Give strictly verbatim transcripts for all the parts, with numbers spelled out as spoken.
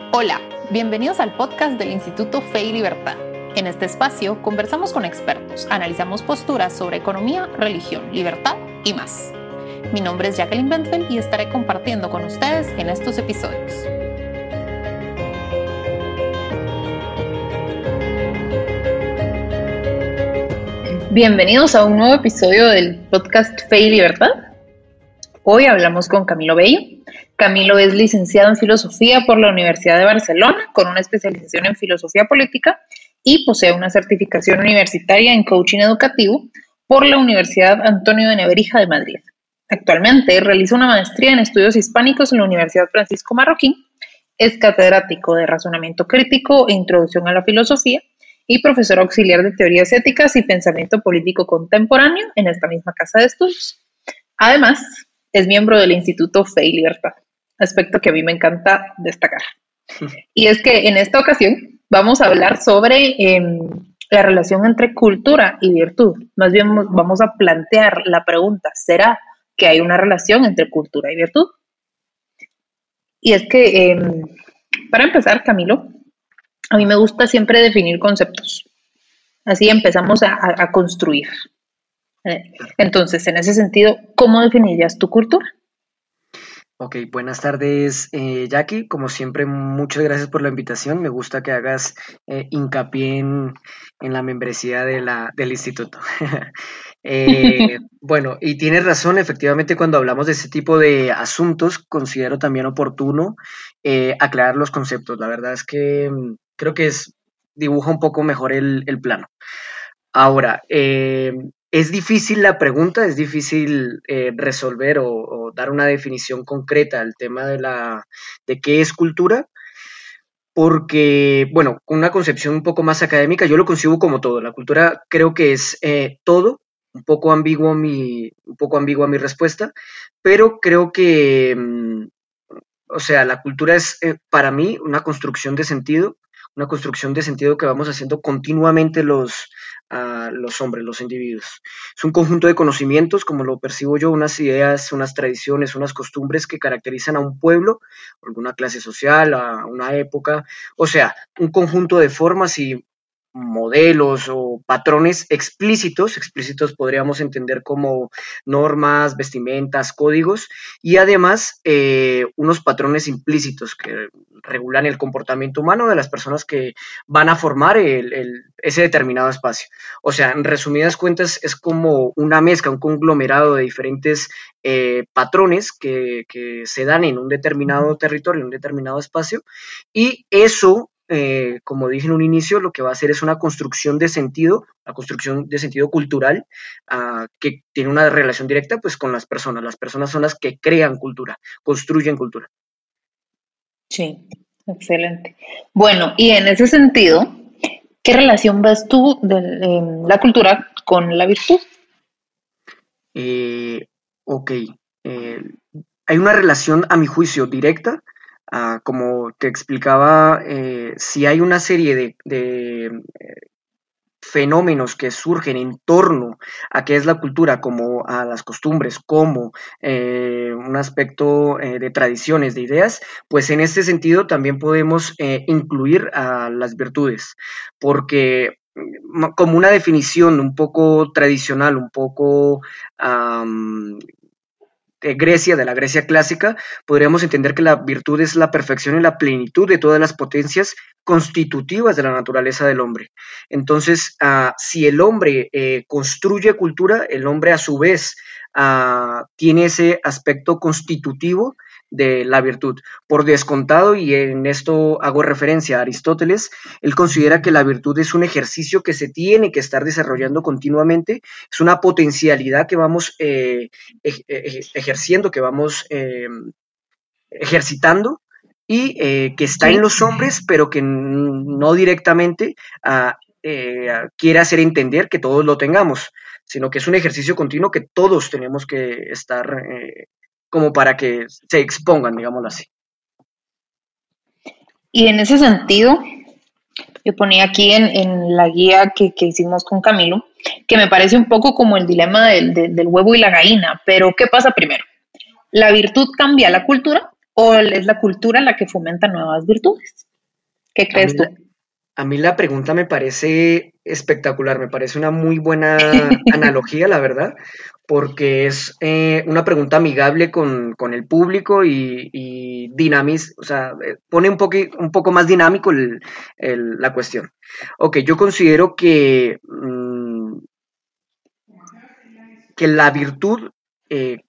Hola, bienvenidos al podcast del Instituto Fe y Libertad. En este espacio conversamos con expertos, analizamos posturas sobre economía, religión, libertad y más. Mi nombre es Jacqueline Bentfeld y estaré compartiendo con ustedes en estos episodios. Bienvenidos a un nuevo episodio del podcast Fe y Libertad. Hoy hablamos con Camilo Bello. Camilo es licenciado en Filosofía por la Universidad de Barcelona, con una especialización en Filosofía Política, y posee una certificación universitaria en Coaching Educativo por la Universidad Antonio de Nebrija de Madrid. Actualmente realiza una maestría en Estudios Hispánicos en la Universidad Francisco Marroquín, es catedrático de Razonamiento Crítico e Introducción a la Filosofía y profesor auxiliar de Teorías Éticas y Pensamiento Político Contemporáneo en esta misma casa de estudios. Además, es miembro del Instituto Fe y Libertad, aspecto que a mí me encanta destacar. Y es que en esta ocasión vamos a hablar sobre eh, la relación entre cultura y virtud. Más bien vamos a plantear la pregunta, ¿será que hay una relación entre cultura y virtud? Y es que, eh, para empezar, Camilo, a mí me gusta siempre definir conceptos. Así empezamos a, a, a construir. Entonces, en ese sentido, ¿cómo definirías tu cultura? Ok, buenas tardes, eh, Jackie. Como siempre, muchas gracias por la invitación. Me gusta que hagas eh, hincapié en, en la membresía de la, del instituto. eh, bueno, y tienes razón, efectivamente, cuando hablamos de este tipo de asuntos, considero también oportuno eh, aclarar los conceptos. La verdad es que mm, creo que es, dibuja un poco mejor el, el plano. Ahora, eh, es difícil la pregunta, es difícil eh, resolver o, o dar una definición concreta al tema de la de qué es cultura, porque, bueno, con una concepción un poco más académica, yo lo concibo como todo. La cultura creo que es eh, todo, un poco ambiguo mi, un poco ambigua mi respuesta, pero creo que, mm, o sea, la cultura es eh, para mí una construcción de sentido, una construcción de sentido que vamos haciendo continuamente los, uh, los hombres, los individuos. Es un conjunto de conocimientos, como lo percibo yo, unas ideas, unas tradiciones, unas costumbres que caracterizan a un pueblo, alguna clase social, a una época, o sea, un conjunto de formas y modelos o patrones explícitos, explícitos podríamos entender como normas, vestimentas, códigos, y además eh, unos patrones implícitos que regulan el comportamiento humano de las personas que van a formar el, el, ese determinado espacio. O sea, en resumidas cuentas, es como una mezcla, un conglomerado de diferentes eh, patrones que, que se dan en un determinado territorio, en un determinado espacio, y eso Eh, como dije en un inicio, lo que va a hacer es una construcción de sentido, la construcción de sentido cultural, uh, que tiene una relación directa pues con las personas. Las personas son las que crean cultura, construyen cultura. Sí, excelente. Bueno, y en ese sentido, ¿qué relación ves tú de eh, la cultura con la virtud? Eh, ok, eh, hay una relación a mi juicio directa. Uh, como te explicaba, eh, si hay una serie de, de eh, fenómenos que surgen en torno a qué es la cultura, como a las costumbres, como eh, un aspecto eh, de tradiciones, de ideas, pues en este sentido también podemos eh, incluir a las virtudes, porque como una definición un poco tradicional, un poco um, de Grecia, de la Grecia clásica, podríamos entender que la virtud es la perfección y la plenitud de todas las potencias constitutivas de la naturaleza del hombre. Entonces, uh, si el hombre eh, construye cultura, el hombre a su vez uh, tiene ese aspecto constitutivo de la virtud. Por descontado, y en esto hago referencia a Aristóteles, él considera que la virtud es un ejercicio que se tiene que estar desarrollando continuamente, es una potencialidad que vamos eh, ejerciendo, que vamos eh, ejercitando, y eh, que está sí. en los hombres, pero que no directamente uh, eh, quiere hacer entender que todos lo tengamos, sino que es un ejercicio continuo que todos tenemos que estar eh, como para que se expongan, digámoslo así. Y en ese sentido, yo ponía aquí en, en la guía que, que hicimos con Camilo, que me parece un poco como el dilema del, del, del huevo y la gallina, pero ¿qué pasa primero? ¿La virtud cambia la cultura o es la cultura la que fomenta nuevas virtudes? ¿Qué A mí, crees tú? la, a mí la pregunta me parece espectacular, me parece una muy buena analogía, la verdad, porque es eh, una pregunta amigable con, con el público y, y dinamiz, o sea, eh, pone un, poqui- un poco más dinámico el- el- la cuestión. Ok, yo considero que, mm, que la virtud eh,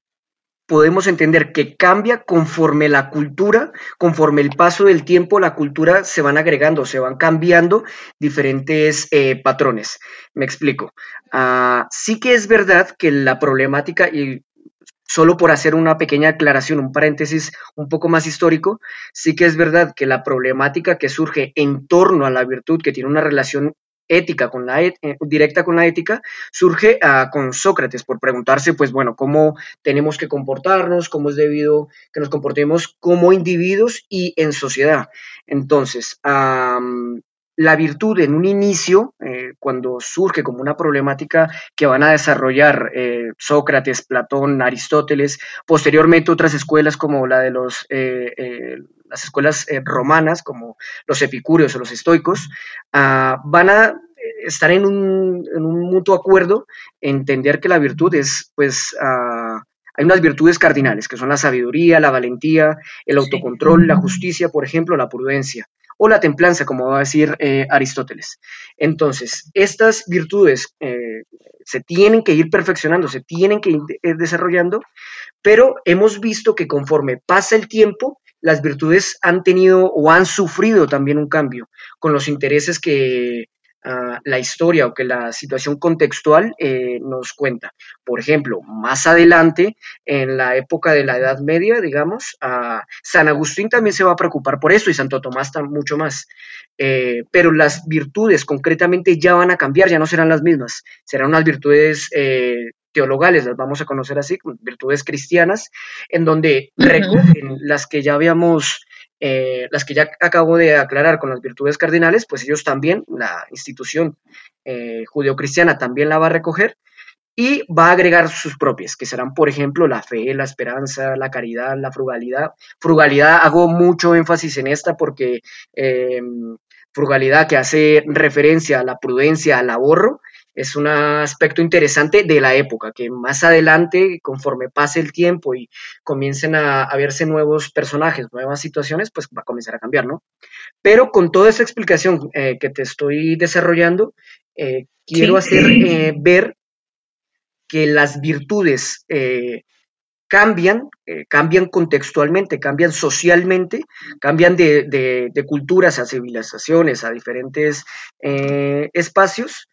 podemos entender que cambia conforme la cultura, conforme el paso del tiempo, la cultura se van agregando, se van cambiando diferentes eh, patrones. Me explico. Uh, sí que es verdad que la problemática, y solo por hacer una pequeña aclaración, un paréntesis un poco más histórico, sí que es verdad que la problemática que surge en torno a la virtud, que tiene una relación ética con la et eh, directa con la ética, surge uh, con Sócrates por preguntarse, pues bueno, cómo tenemos que comportarnos, cómo es debido que nos comportemos como individuos y en sociedad. Entonces, um, la virtud en un inicio, eh, cuando surge como una problemática que van a desarrollar eh, Sócrates, Platón, Aristóteles, posteriormente otras escuelas como la de los, eh, eh, las escuelas eh, romanas, como los epicúreos o los estoicos, uh, van a estar en un, en un mutuo acuerdo, entender que la virtud es, pues, uh, hay unas virtudes cardinales, que son la sabiduría, la valentía, el Sí. autocontrol, la justicia, por ejemplo, la prudencia, o la templanza, como va a decir eh, Aristóteles. Entonces, estas virtudes eh, se tienen que ir perfeccionando, se tienen que ir desarrollando, pero hemos visto que conforme pasa el tiempo, las virtudes han tenido o han sufrido también un cambio con los intereses que uh, la historia o que la situación contextual eh, nos cuenta. Por ejemplo, más adelante, en la época de la Edad Media, digamos, uh, San Agustín también se va a preocupar por eso y Santo Tomás mucho más. Eh, pero las virtudes concretamente ya van a cambiar, ya no serán las mismas, serán unas virtudes eh, teologales, las vamos a conocer así, virtudes cristianas, en donde recogen las que ya habíamos, eh, las que ya acabo de aclarar con las virtudes cardinales, pues ellos también, la institución eh, judeocristiana también la va a recoger y va a agregar sus propias, que serán, por ejemplo, la fe, la esperanza, la caridad, la frugalidad. Frugalidad, hago mucho énfasis en esta porque eh, frugalidad que hace referencia a la prudencia, al ahorro, es un aspecto interesante de la época, que más adelante, conforme pase el tiempo y comiencen a, a verse nuevos personajes, nuevas situaciones, pues va a comenzar a cambiar, ¿no? Pero con toda esa explicación eh, que te estoy desarrollando, eh, quiero Sí. hacer eh, ver que las virtudes eh, cambian, eh, cambian contextualmente, cambian socialmente, cambian de, de, de culturas a civilizaciones, a diferentes eh, espacios.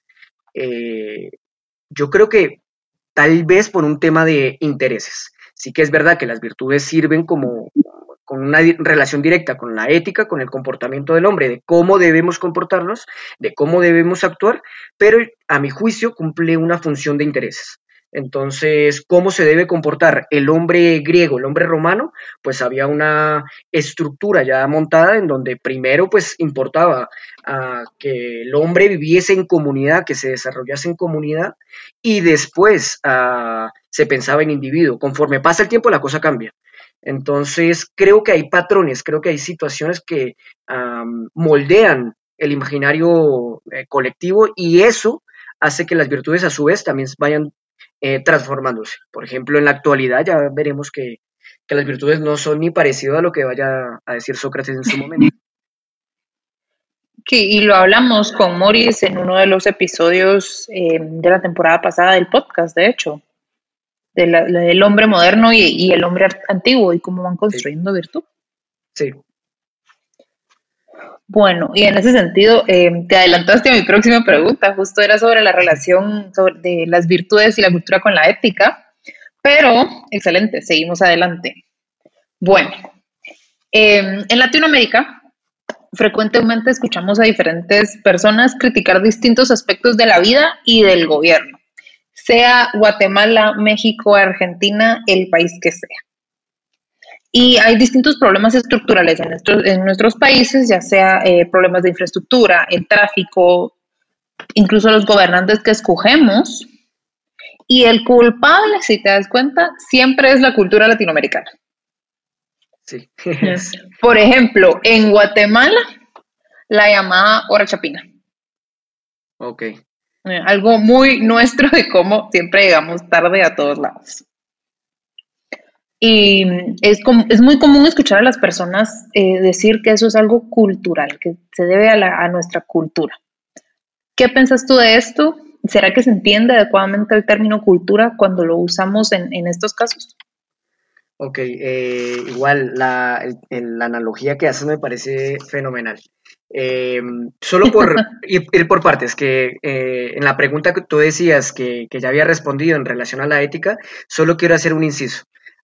Eh, yo creo que tal vez por un tema de intereses. Sí que es verdad que las virtudes sirven como con una relación directa con la ética, con el comportamiento del hombre, de cómo debemos comportarnos, de cómo debemos actuar, pero a mi juicio cumple una función de intereses. Entonces, ¿cómo se debe comportar el hombre griego, el hombre romano? Pues había una estructura ya montada en donde primero pues importaba uh, que el hombre viviese en comunidad, que se desarrollase en comunidad y después uh, se pensaba en individuo. Conforme pasa el tiempo la cosa cambia. Entonces, creo que hay patrones, creo que hay situaciones que um, moldean el imaginario eh, colectivo y eso hace que las virtudes a su vez también vayan eh, transformándose. Por ejemplo, en la actualidad ya veremos que, que las virtudes no son ni parecido a lo que vaya a decir Sócrates en su momento. Sí, y lo hablamos con Morris en uno de los episodios eh, de la temporada pasada del podcast, de hecho, de la, la del hombre moderno y, y el hombre antiguo y cómo van construyendo Sí. virtud. Sí. Bueno, y en ese sentido, eh, te adelantaste a mi próxima pregunta, justo era sobre la relación sobre, de las virtudes y la cultura con la ética, pero excelente, seguimos adelante. Bueno, eh, en Latinoamérica frecuentemente escuchamos a diferentes personas criticar distintos aspectos de la vida y del gobierno, sea Guatemala, México, Argentina, el país que sea. Y hay distintos problemas estructurales en nuestros, en nuestros países, ya sea eh, problemas de infraestructura, el tráfico, incluso los gobernantes que escogemos. Y el culpable, si te das cuenta, siempre es la cultura latinoamericana. Sí. Por ejemplo, en Guatemala, la llamada hora chapina. Ok. Eh, algo muy nuestro de cómo siempre llegamos tarde a todos lados. Y es, com- es muy común escuchar a las personas eh, decir que eso es algo cultural, que se debe a, la- a nuestra cultura. ¿Qué piensas tú de esto? ¿Será que se entiende adecuadamente el término cultura cuando lo usamos en, en estos casos? Ok, eh, igual la, el- el- la analogía que haces me parece fenomenal. Eh, Solo por ir, ir por partes, que eh, en la pregunta que tú decías que, que ya había respondido en relación a la ética, solo quiero hacer un inciso.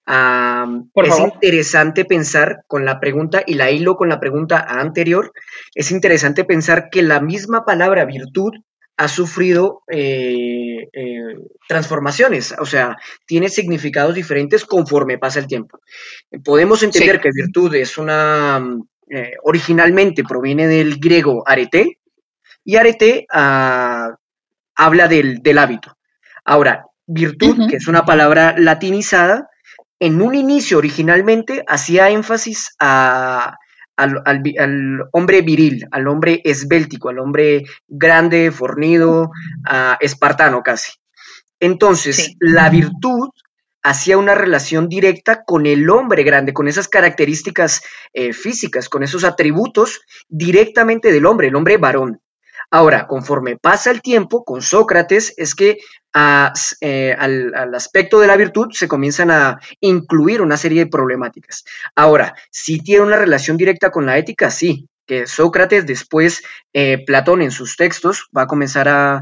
Am, Por es favor. interesante pensar con la pregunta, y la hilo con la pregunta anterior, es interesante pensar que la misma palabra virtud ha sufrido eh, eh, transformaciones, o sea, tiene significados diferentes conforme pasa el tiempo. Podemos entender Sí. que virtud es una, eh, originalmente proviene del griego arete, y arete ah, habla del, del hábito. Ahora, virtud, que es Ujú. una palabra latinizada, en un inicio originalmente hacía énfasis a, al, al, al, hombre viril, al hombre esbéltico, al hombre grande, fornido, uh, espartano casi. Entonces, Sí. la virtud hacía una relación directa con el hombre grande, con esas características eh, físicas, con esos atributos directamente del hombre, el hombre varón. Ahora, conforme pasa el tiempo, con Sócrates, es que a, eh, al, al, aspecto de la virtud se comienzan a incluir una serie de problemáticas. Ahora, si tiene una relación directa con la ética, sí, que Sócrates, después eh, Platón en sus textos va a comenzar a,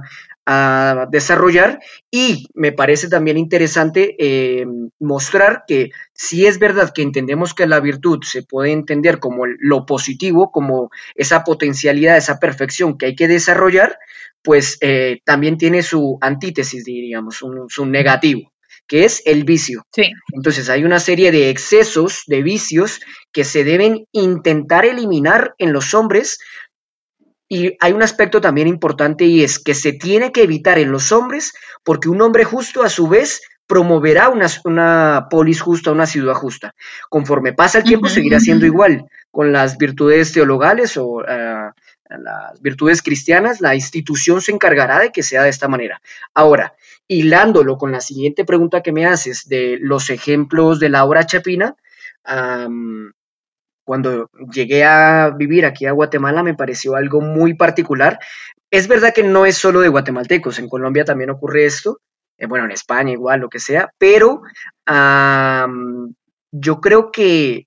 a desarrollar, y me parece también interesante eh, mostrar que si es verdad que entendemos que la virtud se puede entender como lo positivo, como esa potencialidad, esa perfección que hay que desarrollar, pues eh, también tiene su antítesis, diríamos, un, su negativo, que es el vicio. Sí. Entonces hay una serie de excesos, de vicios que se deben intentar eliminar en los hombres. Y hay un aspecto también importante, y es que se tiene que evitar en los hombres, porque un hombre justo a su vez promoverá una, una polis justa, una ciudad justa. Conforme pasa el tiempo Ujú. seguirá siendo igual. Con las virtudes teologales o uh, las virtudes cristianas, la institución se encargará de que sea de esta manera. Ahora, hilándolo con la siguiente pregunta que me haces de los ejemplos de la obra chapina, um, cuando llegué a vivir aquí a Guatemala me pareció algo muy particular. Es verdad que no es solo de guatemaltecos, en Colombia también ocurre esto, eh, bueno, en España igual, lo que sea, pero um, yo creo que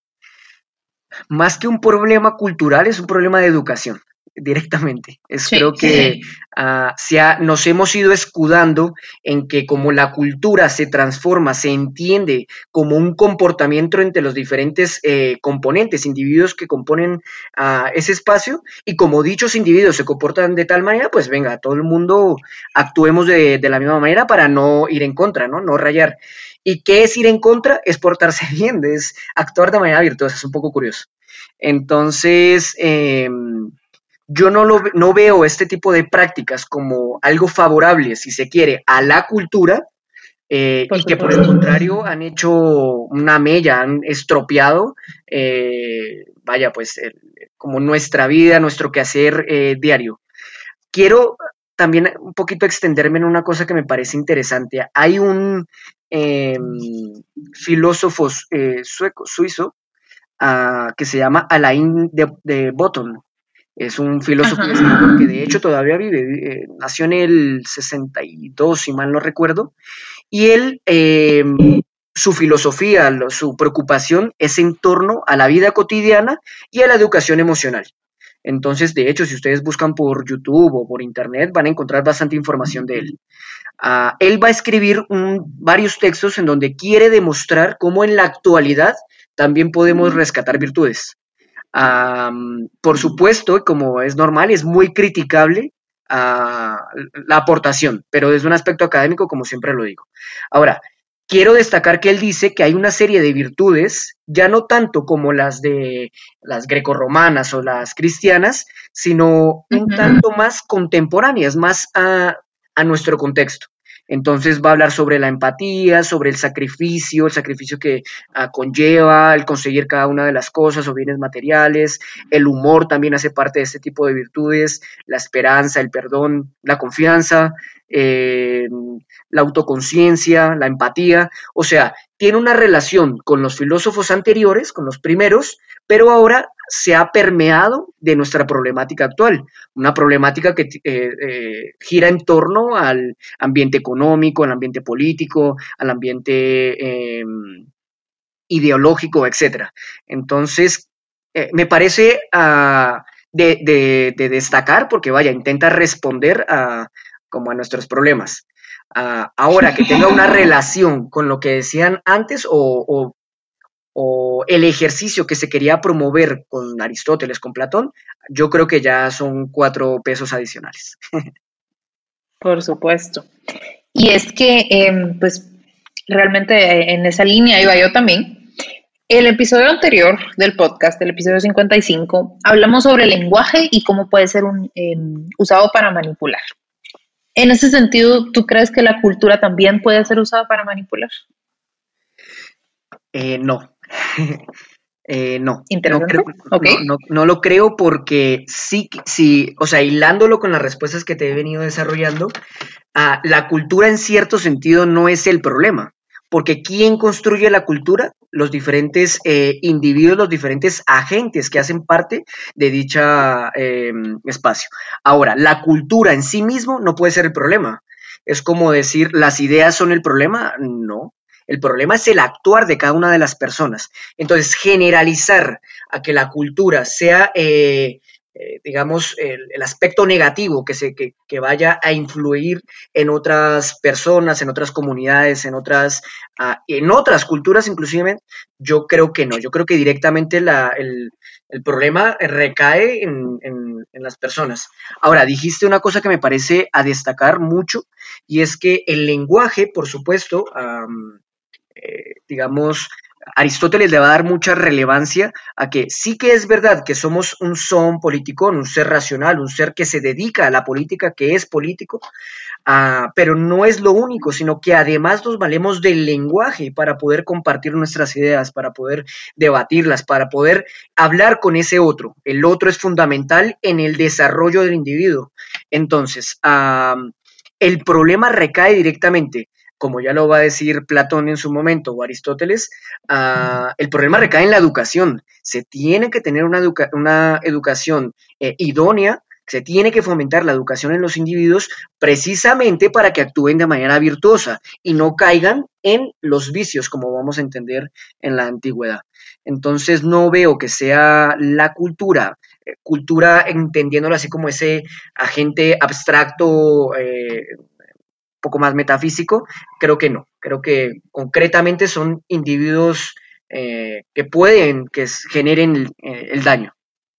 más que un problema cultural es un problema de educación directamente. Es Sí, creo que uh, se ha, nos hemos ido escudando en que como la cultura se transforma, se entiende como un comportamiento entre los diferentes eh, componentes, individuos que componen uh, ese espacio, y como dichos individuos se comportan de tal manera, pues venga, todo el mundo actuemos de, de la misma manera para no ir en contra, ¿no? No rayar. ¿Y qué es ir en contra? Es portarse bien, es actuar de manera virtuosa, es un poco curioso. Entonces, eh, yo no, lo, no veo este tipo de prácticas como algo favorable, si se quiere, a la cultura, eh, por y que por el supuesto. contrario han hecho una mella, han estropeado, eh, vaya, pues, el, como nuestra vida, nuestro quehacer eh, diario. Quiero también un poquito extenderme en una cosa que me parece interesante. Hay un eh, filósofo eh, sueco, suizo, uh, que se llama Alain de, de Botton. Es un filósofo y Ajá. escritor que de hecho todavía vive, eh, nació en el sesenta y dos, si mal no recuerdo, y él, eh, su filosofía, lo, su preocupación es en torno a la vida cotidiana y a la educación emocional. Entonces, de hecho, si ustedes buscan por YouTube o por Internet, van a encontrar bastante información de él. Uh, él va a escribir un, varios textos en donde quiere demostrar cómo en la actualidad también podemos rescatar virtudes. Um, por supuesto, como es normal, es muy criticable uh, la aportación, pero desde un aspecto académico, como siempre lo digo. Ahora, quiero destacar que él dice que hay una serie de virtudes, ya no tanto como las de las grecorromanas o las cristianas, sino un Ujú. tanto más contemporáneas, más a, a nuestro contexto. Entonces va a hablar sobre la empatía, sobre el sacrificio, el sacrificio que uh, conlleva el conseguir cada una de las cosas o bienes materiales. El humor también hace parte de este tipo de virtudes, la esperanza, el perdón, la confianza, eh, la autoconciencia, la empatía. O sea, tiene una relación con los filósofos anteriores, con los primeros, pero ahora se ha permeado de nuestra problemática actual, una problemática que eh, eh, gira en torno al ambiente económico, al ambiente político, al ambiente eh, ideológico, etcétera. Entonces, eh, me parece uh, de, de, de, destacar, porque vaya, intenta responder a, como a nuestros problemas. Uh, ahora, que tenga una relación con lo que decían antes o, o o el ejercicio que se quería promover con Aristóteles, con Platón, yo creo que ya son cuatro pesos adicionales. Por supuesto. Y es que, eh, pues, realmente en esa línea iba yo también. El episodio anterior del podcast, el episodio cincuenta y cinco, hablamos sobre el lenguaje y cómo puede ser un, eh, usado para manipular. En ese sentido, ¿tú crees que la cultura también puede ser usada para manipular? Eh, no. Eh, no, no, Interesante. creo, Okay. no, no, no lo creo porque sí, sí, o sea, hilándolo con las respuestas que te he venido desarrollando, uh, la cultura en cierto sentido no es el problema, porque ¿quién construye la cultura? Los diferentes eh, individuos, los diferentes agentes que hacen parte de dicha eh, espacio. Ahora, la cultura en sí mismo no puede ser el problema. Es como decir, ¿las ideas son el problema? No. El problema es el actuar de cada una de las personas. Entonces, generalizar a que la cultura sea, eh, eh, digamos, el, el, aspecto negativo que, se, que, que, vaya a influir en otras personas, en otras comunidades, en otras, uh, en otras culturas inclusive, yo creo que no. Yo creo que directamente la, el, el problema recae en, en, en las personas. Ahora, dijiste una cosa que me parece a destacar mucho, y es que el lenguaje, por supuesto, um, Eh, digamos, Aristóteles le va a dar mucha relevancia a que sí que es verdad que somos un son político, un ser racional, un ser que se dedica a la política, que es político, uh, pero no es lo único, sino que además nos valemos del lenguaje para poder compartir nuestras ideas, para poder debatirlas, para poder hablar con ese otro. El otro es fundamental en el desarrollo del individuo. Entonces, uh, el problema recae directamente, como ya lo va a decir Platón en su momento o Aristóteles, uh, el problema recae en la educación. Se tiene que tener una, educa una educación eh, idónea, se tiene que fomentar la educación en los individuos precisamente para que actúen de manera virtuosa y no caigan en los vicios, como vamos a entender en la antigüedad. Entonces no veo que sea la cultura, eh, cultura entendiéndolo así como ese agente abstracto, eh, poco más metafísico, creo que no, creo que concretamente son individuos eh, que pueden, que generen el, eh, el daño.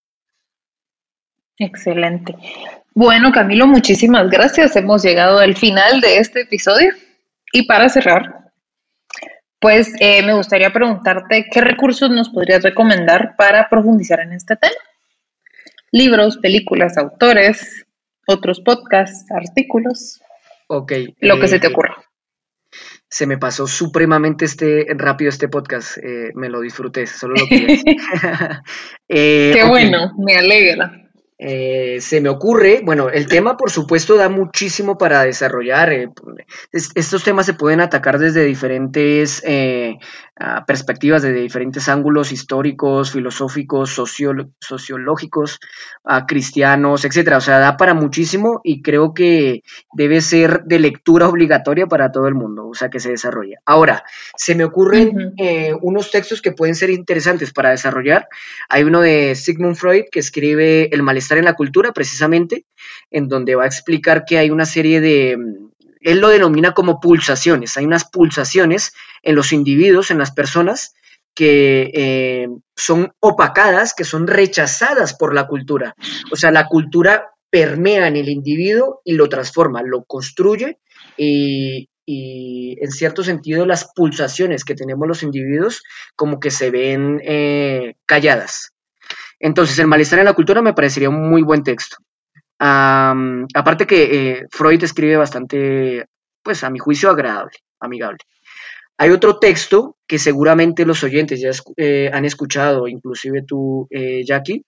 Excelente. Bueno, Camilo, muchísimas gracias. Hemos llegado al final de este episodio. Y para cerrar, pues eh, me gustaría preguntarte qué recursos nos podrías recomendar para profundizar en este tema. Libros, películas, autores, otros podcasts, artículos. Ok. Lo eh, que se te ocurra. Se me pasó supremamente este, rápido este podcast. Eh, me lo disfruté, solo lo quería decir. eh, Qué okay. Bueno, me alegra. Eh, se me ocurre, bueno, el tema por supuesto da muchísimo para desarrollar. Eh, es, estos temas se pueden atacar desde diferentes eh, uh, perspectivas, desde diferentes ángulos históricos, filosóficos, socio, sociológicos, uh, cristianos, etcétera. O sea, da para muchísimo y creo que debe ser de lectura obligatoria para todo el mundo, o sea, que se desarrolle. Ahora, se me ocurren uh-huh. eh, unos textos que pueden ser interesantes para desarrollar. Hay uno de Sigmund Freud que escribe El malestar en la cultura, precisamente, en donde va a explicar que hay una serie de, él lo denomina como pulsaciones, hay unas pulsaciones en los individuos, en las personas, que eh, son opacadas, que son rechazadas por la cultura. O sea, la cultura permea en el individuo y lo transforma, lo construye y, y en cierto sentido las pulsaciones que tenemos los individuos como que se ven eh, calladas. Entonces, El malestar en la cultura me parecería un muy buen texto. Um, aparte que eh, Freud escribe bastante pues a mi juicio, agradable, amigable. Hay otro texto que seguramente los oyentes ya eh, han escuchado, inclusive tú, eh, Jackie,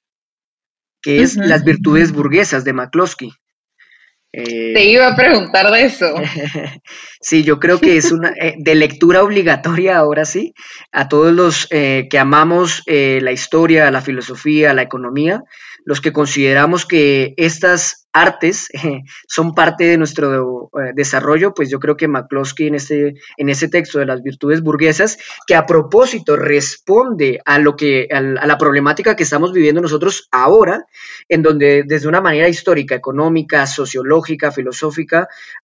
que es uh-huh. Las virtudes burguesas de McCloskey. Eh, Te iba a preguntar de eso. Sí, yo creo que es una eh, de lectura obligatoria, ahora sí, a todos los eh, que amamos eh, la historia, la filosofía, la economía, los que consideramos que estas artes eh, son parte de nuestro eh, desarrollo, pues yo creo que McCloskey en ese, en ese texto de las virtudes burguesas, que a propósito responde a, lo que, a, a la problemática que estamos viviendo nosotros ahora, en donde desde una manera histórica, económica, sociológica, filosófica,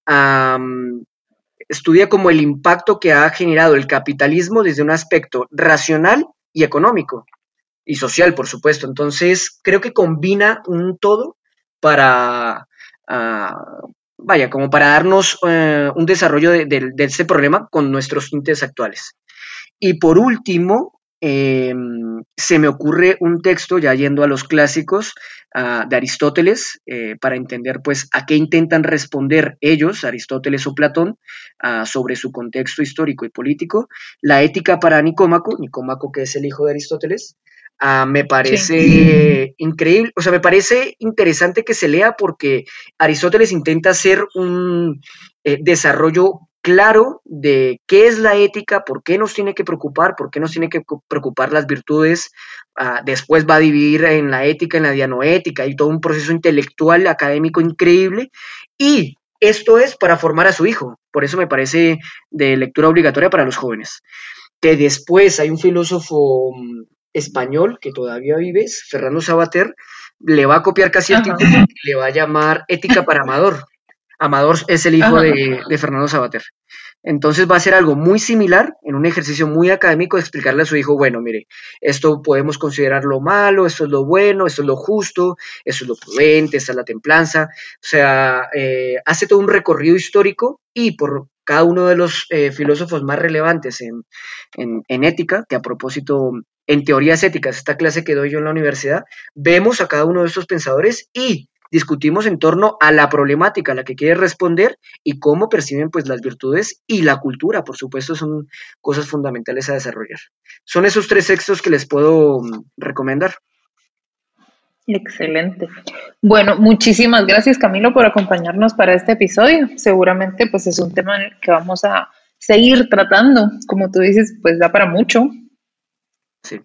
um, estudia como el impacto que ha generado el capitalismo desde un aspecto racional y económico, y social, por supuesto. Entonces, creo que combina un todo para, uh, vaya, como para darnos uh, un desarrollo de, de, de este problema con nuestros tintes actuales. Y por último, eh, se me ocurre un texto, ya yendo a los clásicos, uh, de Aristóteles, eh, para entender pues a qué intentan responder ellos, Aristóteles o Platón, uh, sobre su contexto histórico y político, la ética para Nicómaco, Nicómaco que es el hijo de Aristóteles. Uh, me parece sí. increíble, o sea, me parece interesante que se lea porque Aristóteles intenta hacer un eh, desarrollo claro de qué es la ética, por qué nos tiene que preocupar, por qué nos tiene que preocupar las virtudes. Uh, después va a dividir en la ética, en la dianoética, y todo un proceso intelectual, académico increíble, y esto es para formar a su hijo, por eso me parece de lectura obligatoria para los jóvenes. Que después hay un filósofo español que todavía vive, Fernando Savater, le va a copiar casi el título, le va a llamar Ética para Amador. Amador es el hijo de, de Fernando Savater. Entonces va a ser algo muy similar, en un ejercicio muy académico, de explicarle a su hijo, bueno, mire, esto podemos considerarlo malo, esto es lo bueno, esto es lo justo, esto es lo prudente, esta es la templanza. O sea, eh, hace todo un recorrido histórico y por cada uno de los eh, filósofos más relevantes en, en, en ética, que a propósito, en teorías éticas, esta clase que doy yo en la universidad, vemos a cada uno de estos pensadores y discutimos en torno a la problemática a la que quiere responder y cómo perciben pues las virtudes y la cultura, por supuesto, son cosas fundamentales a desarrollar. Son esos tres textos que les puedo recomendar. Excelente. Bueno, muchísimas gracias, Camilo, por acompañarnos para este episodio. Seguramente pues es un tema en el que vamos a seguir tratando. Como tú dices, pues da para mucho. Sí.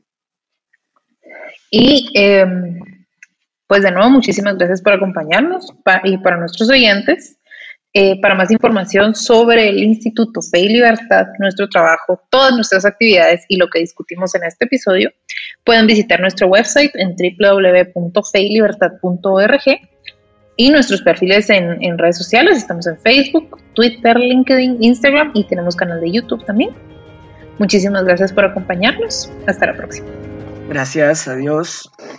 Y eh, pues de nuevo, muchísimas gracias por acompañarnos pa- y para nuestros oyentes. Eh, para más información sobre el Instituto Fe y Libertad, nuestro trabajo, todas nuestras actividades y lo que discutimos en este episodio, pueden visitar nuestro website en doble u doble u doble u punto fe y libertad punto org y nuestros perfiles en, en redes sociales. Estamos en Facebook, Twitter, LinkedIn, Instagram y tenemos canal de YouTube también. Muchísimas gracias por acompañarnos. Hasta la próxima. Gracias, adiós.